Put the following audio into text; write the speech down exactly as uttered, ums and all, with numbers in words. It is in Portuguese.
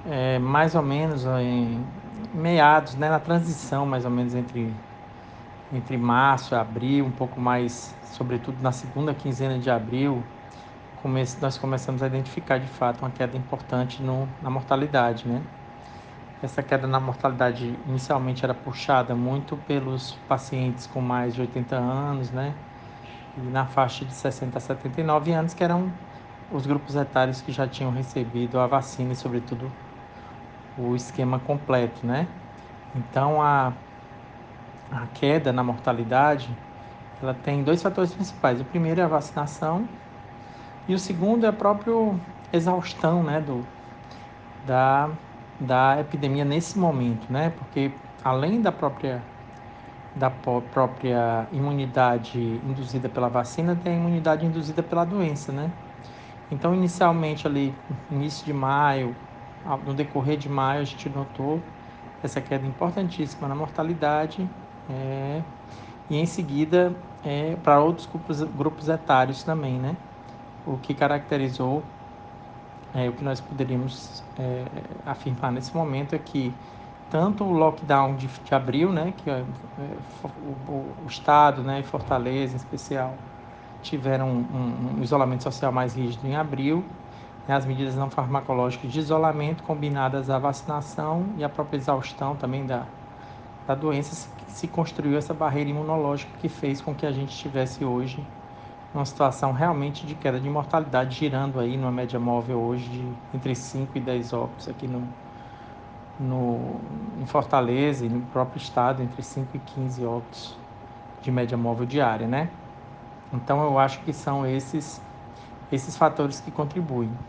é, mais ou menos em meados, né, na transição mais ou menos entre, entre março e abril, um pouco mais, sobretudo na segunda quinzena de abril, come nós começamos a identificar de fato uma queda importante no, na mortalidade, né? Essa queda na mortalidade inicialmente era puxada muito pelos pacientes com mais de oitenta anos, né? E na faixa de sessenta a setenta e nove anos, que eram os grupos etários que já tinham recebido a vacina e, sobretudo, o esquema completo, né? Então, a, a queda na mortalidade, ela tem dois fatores principais. O primeiro é a vacinação e o segundo é a própria exaustão, né, do, da, da epidemia nesse momento, né? Porque além da própria da própria imunidade induzida pela vacina, tem a imunidade induzida pela doença, né? Então, inicialmente ali, início de maio, no decorrer de maio, a gente notou essa queda importantíssima na mortalidade, é, e em seguida é, para outros grupos, grupos etários também, né? O que caracterizou, é, o que nós poderíamos é, afirmar nesse momento é que tanto o lockdown de, de abril, né, que é, o, o, o estado, né, Fortaleza em especial, tiveram um, um, um isolamento social mais rígido em abril, né, as medidas não farmacológicas de isolamento combinadas à vacinação e à própria exaustão também da, da doença, se, se construiu essa barreira imunológica que fez com que a gente tivesse hoje uma situação realmente de queda de mortalidade, girando aí numa média móvel hoje de entre cinco e dez óbitos aqui no, no, em Fortaleza e no próprio estado, entre cinco e quinze óbitos de média móvel diária, né? Então eu acho que são esses, esses fatores que contribuem.